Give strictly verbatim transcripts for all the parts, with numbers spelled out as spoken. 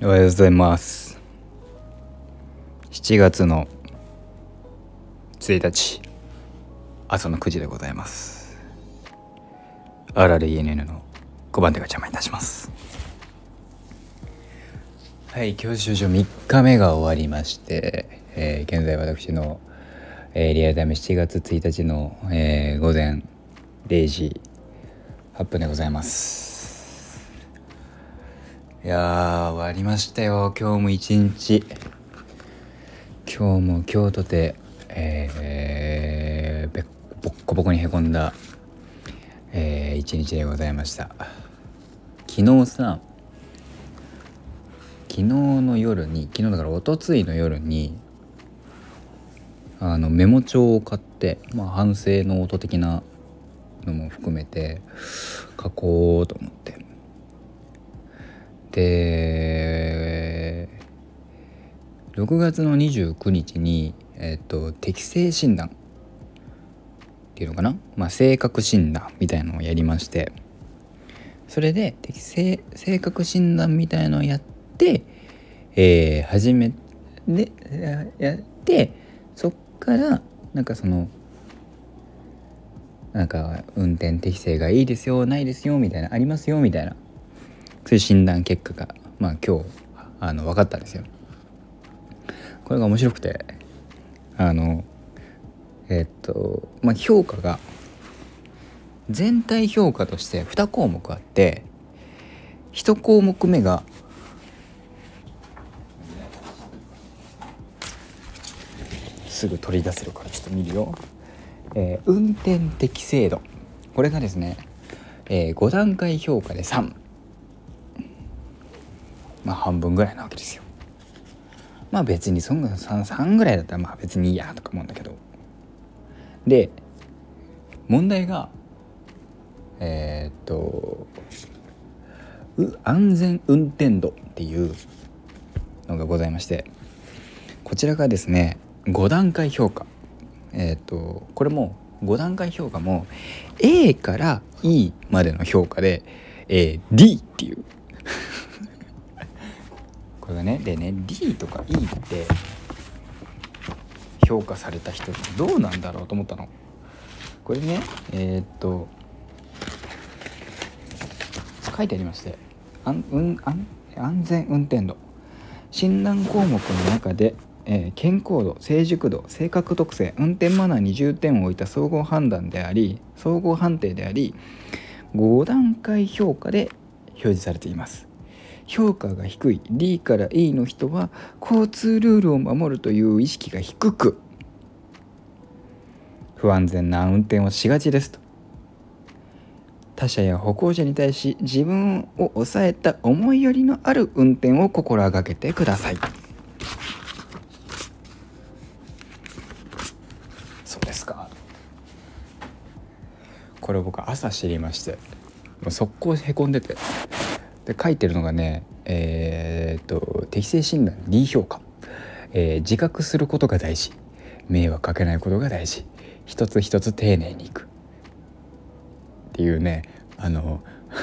おはようございます。しちがつのついたち朝のくじでございます。アラレ イーエヌエヌ のごばん手が邪魔いたします。はい、教習所みっかめが終わりまして、えー、現在私の、えー、リアルタイムしちがつついたちの、えー、午前れいじはっぷんでございます。いやー終わりましたよ。今日も一日今日も今日とて、えー、べボッコボコにへこんだ、えー、一日でございました。昨日さ昨日の夜に昨日だからおとついの夜にあのメモ帳を買って、まあ、反省ノート的なのも含めて書こうと思ってでろくがつのにじゅうくにちに、えー、と適性診断っていうのかな、まあ、性格診断みたいなのをやりまして、それで適性性格診断みたいなのをやって、えー、初めでやってそっからなんかそのなんか運転適性がいいですよないですよみたいなありますよみたいなそういう診断結果がまあ今日あの分かったんですよ。これが面白くてあのえっとまあ評価が全体評価としてに項目あって、いち項目目がすぐ取り出せるからちょっと見るよ、えー、運転適正度、これがですね、えー、ごだんかい評価でさん、まあ半分ぐらいなわけですよ。まあ別にそんな 3, さんぐらいだったらまあ別にいいやとか思うんだけど、で問題がえー、っと安全運転度っていうのがございまして、こちらがですねごだんかい評価、えー、っとこれもごだんかい評価も A から E までの評価で、えー、D っていうこれがねでね D とか E って評価された人ってどうなんだろうと思ったの。これねえー、っと書いてありまして、安, 運安安全運転度診断項目の中で、えー、健康度、成熟度、性格特性、運転マナーに重点を置いた総合判断であり総合判定でありごだんかい評価で表示されています。評価が低い D から E の人は交通ルールを守るという意識が低く不安全な運転をしがちですと。他者や歩行者に対し自分を抑えた思いやりのある運転を心がけてください。そうですか。これ僕朝知りまして、もう速攻へこんでて、で書いてるのがねえー、っと適正診断 D 評価、えー、自覚することが大事、迷惑かけないことが大事、一つ一つ丁寧にいくっていうね、あの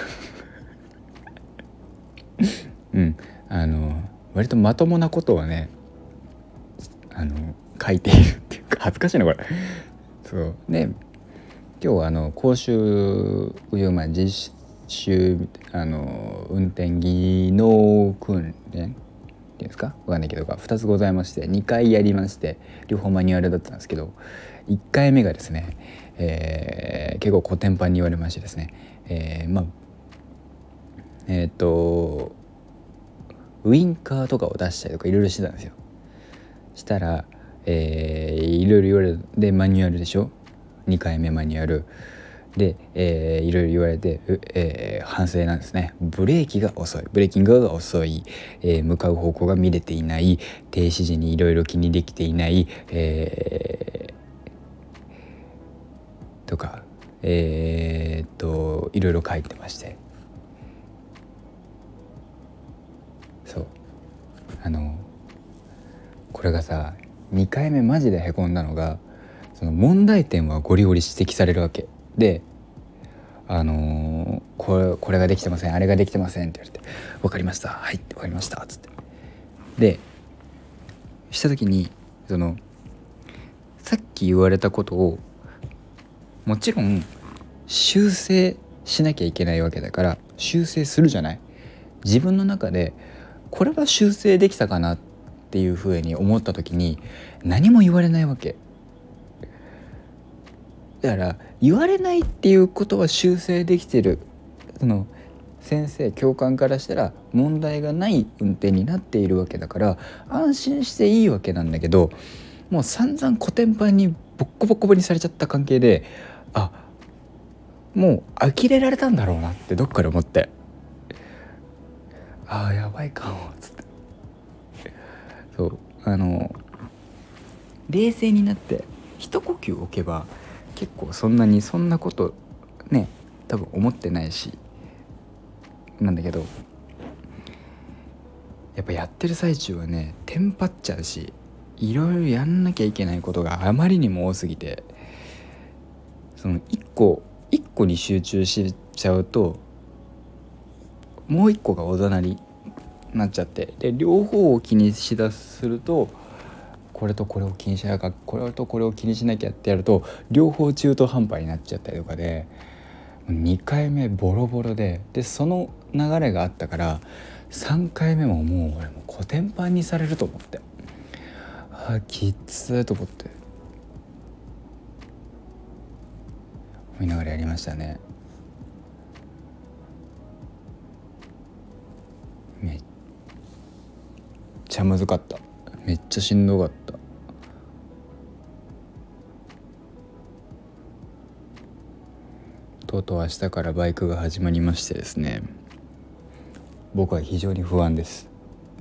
うんあの割とまともなことをねあの書いているっていうか恥ずかしいなこれ。そうで今日はあの講習まあ実習あの運転技能訓練っていうんですかわかんないけどがふたつございまして、にかいやりまして、両方マニュアルだったんですけど、いっかいめがですね、えー、結構コテンパンに言われましてですね、えー、まあえっ、ー、とウインカーとかを出したりとかいろいろしてたんですよ。したら、えー、いろいろ言われるでマニュアルでしょ、にかいめマニュアルで、えー、いろいろ言われて、えー、反省なんですね。ブレーキが遅い、ブレーキングが遅い、えー、向かう方向が見れていない、停止時にいろいろ気にできていない、えー、とかえー、っといろいろ書いてまして、そうあのこれがさにかいめマジでへこんだのが、その問題点はゴリゴリ指摘されるわけで、あのこれこれができてません、あれができてませんって言われて、分かりました、はい分かりましたっつって、でした時に、そのさっき言われたことをもちろん修正しなきゃいけないわけだから、修正するじゃない。自分の中でこれは修正できたかなっていうふうに思った時に何も言われないわけだから、言われないっていうことは修正できてる、その先生教官からしたら問題がない運転になっているわけだから安心していいわけなんだけど、もう散々コテンパンにボッコボコボにされちゃった関係で、あ、もう呆れられたんだろうなってどっかで思って、あーやばいかもっつって、そうあの冷静になって一呼吸置けば結構そんなにそんなことね多分思ってないしなんだけど、やっぱやってる最中はねテンパっちゃうし、いろいろやんなきゃいけないことがあまりにも多すぎて、その一個一個に集中しちゃうともう一個がおざなりになっちゃって、で両方を気にしだすると、これとこれを気にしなきゃこれとこれを気にしなきゃってやると両方中途半端になっちゃったりとかで、にかいめボロボロで、でその流れがあったからさんかいめももう俺もコテンパンにされると思って、あーきっつーと思って思いながらやりましたね。めっちゃ難かった、めっちゃしんどかった。とうとう明日からバイクが始まりましてですね、僕は非常に不安です。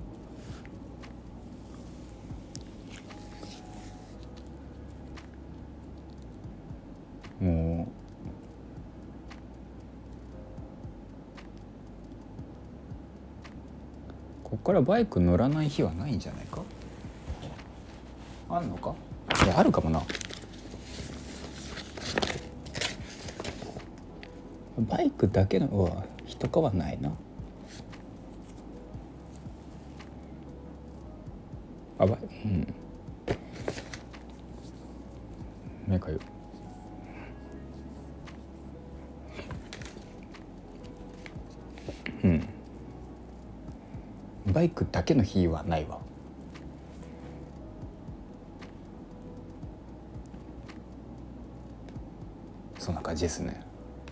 もうこっからバイク乗らない日はないんじゃないか。あんのか。いやあるかもな。バイクだけのは人かはないな。あばうん目かゆうんバイクだけの日はないわ。そんな感じですね。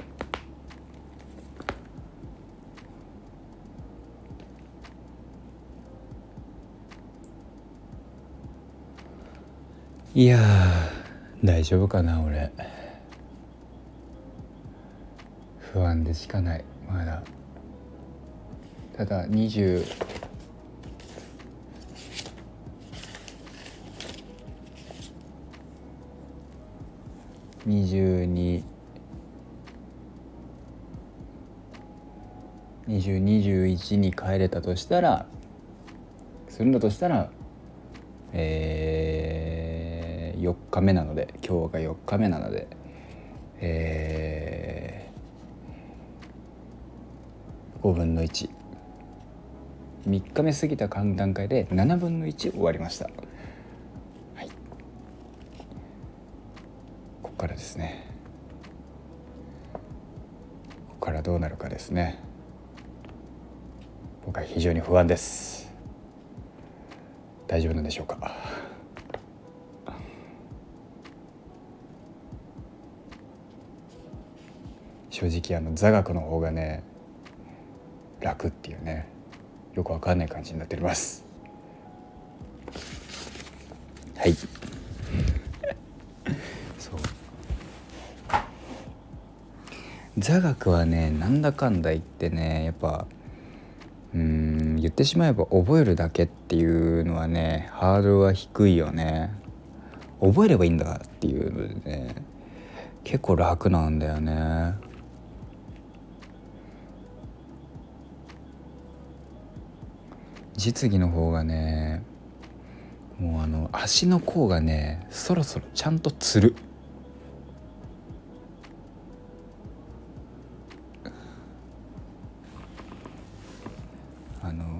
いやー大丈夫かな俺。不安でしかないまだ。ただにじゅうにじゅうに、にじゅう、にじゅういちに帰れたとしたらするんだとしたら、えー、よっかめなので、今日がよっかめなので、えー、ごぶんのいち、みっかめ過ぎた段階でななぶんのいち終わりました。はい、ここからですね。ここからどうなるかですね。僕は非常に不安です。大丈夫なんでしょうか。正直あの座学の方がね楽っていうね、よくわかんない感じになっております。はいそう座学はねなんだかんだ言ってね、やっぱうーん言ってしまえば覚えるだけっていうのはねハードルは低いよね。覚えればいいんだっていうのでね結構楽なんだよね。実技の方がねもうあの足の甲がねそろそろちゃんとつる。 あの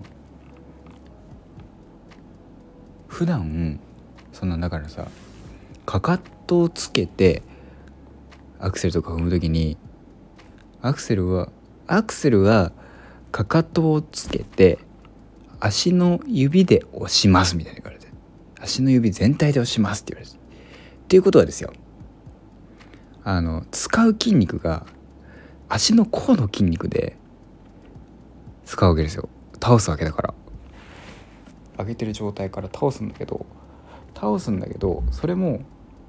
普段そんなだからさ、かかとをつけてアクセルとか踏むときに、アクセルはアクセルはかかとをつけて足の指で押しますみたいに言われて、足の指全体で押しますって言われて、っていうことはですよ、あの使う筋肉が足の甲の筋肉で使うわけですよ。倒すわけだから、上げてる状態から倒すんだけど倒すんだけどそれも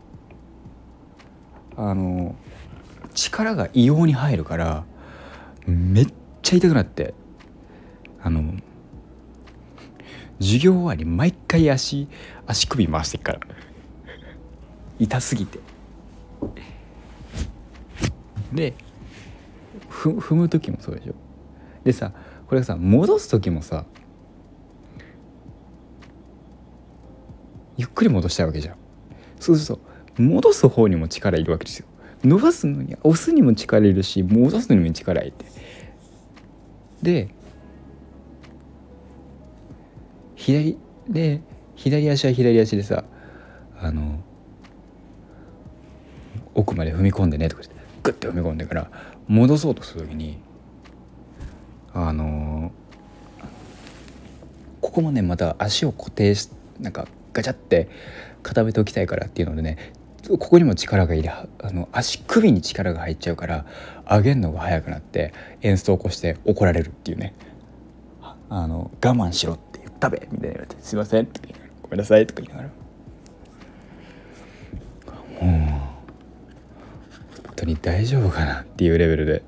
あの力が異様に入るからめっちゃ痛くなって、あの授業終わり毎回足足首回してっから痛すぎて、でふ踏む時もそうでしょ。でさ、これさ戻す時もさ、ゆっくり戻したいわけじゃん。そうすると戻す方にも力いるわけですよ。伸ばすのに押すにも力いるし、戻すのにも力いって、で左で左足は左足でさ、あの奥まで踏み込んでねとか言ってグッて踏み込んでから戻そうとするときに、あのここもねまた足を固定しなんかガチャって固めておきたいからっていうのでね、ここにも力がいる、あの足首に力が入っちゃうから上げるのが早くなってエンストを起こして怒られるっていうね。あの我慢しろって言ったべみたいな言われて、すいませんとかごめんなさいとか言いながら、もう本当に大丈夫かなっていうレベルで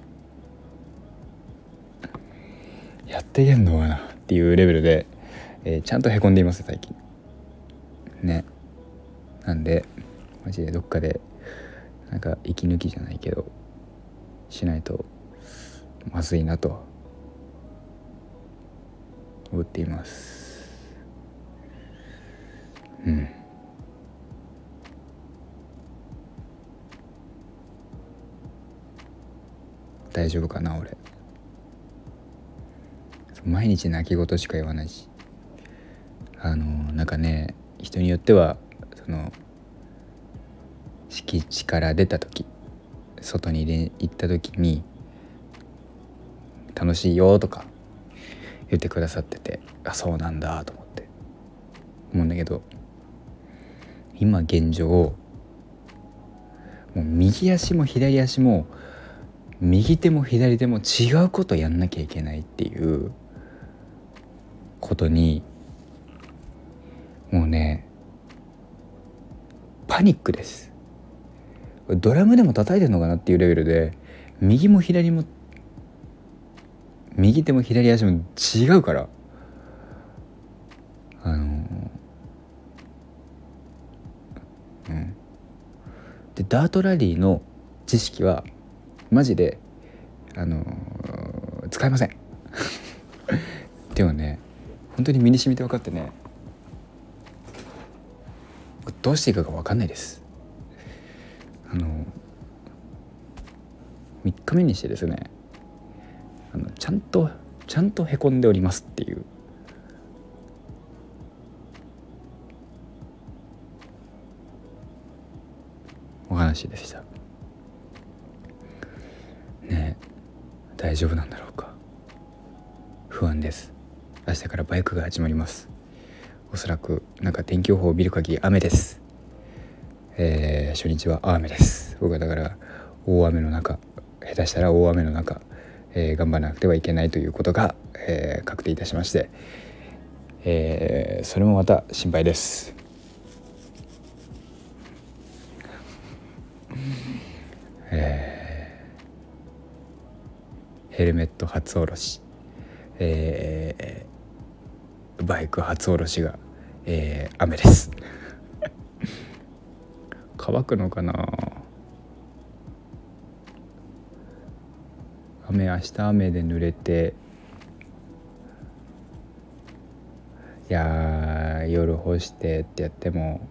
やっていけんのかなっていうレベルで、えー、ちゃんとへこんでいます最近ね。なんでマジでどっかでなんか息抜きじゃないけどしないとまずいなと思っています。うん。大丈夫かな俺。毎日泣き言しか言わないし、あのなんかね、人によってはその敷地から出た時、外に行った時に楽しいよとか言ってくださってて、あそうなんだと思って思うんだけど、今現状もう右足も左足も右手も左手も違うことやんなきゃいけないっていうことにもうねパニックです。ドラムでも叩いてるのかなっていうレベルで、右も左も右手も左足も違うから、あのー、うんでダートラリーの知識はマジであのー、使えませんでもね本当に身に染みて分かってね、どうしていいかが分かんないです。あのみっかめにしてですね、あのちゃんとちゃんとへこんでおりますっていうお話でしたね。大丈夫なんだろうか、不安です。明日からバイクが始まります。おそらくなんか天気予報を見る限り雨です。えー、初日は雨です。僕はだから大雨の中、下手したら大雨の中、えー、頑張らなくてはいけないということが、えー、確定いたしまして、えー、それもまた心配です。えー、ヘルメット初おろし、えー、バイク初おろしが、えー、雨です乾くのかな。雨、明日雨で濡れて、いや夜干してってやっても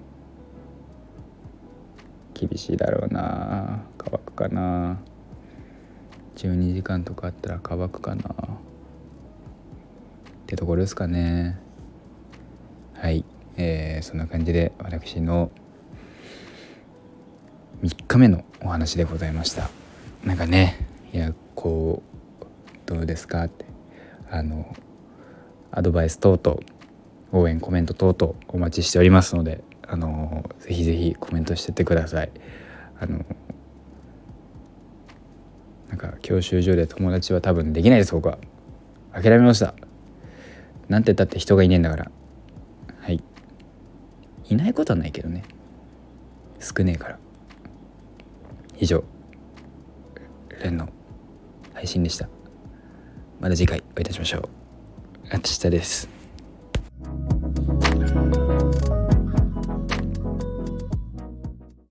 厳しいだろうな。乾くかな。じゅうにじかんとかあったら乾くかな。 ってところですかね。はい、えー、そんな感じで私のみっかめのお話でございました。なんかね、いやこうどうですかって、あのアドバイス等々応援コメント等々お待ちしておりますので、あのぜひぜひコメントしてってください。あのなんか教習所で友達は多分できないです。僕は諦めました。なんて言ったって人がいねえんだから。はい、いないことはないけどね、少ねえから。以上、レンの配信でした。また次回お会いいたしましょう。あつしたです。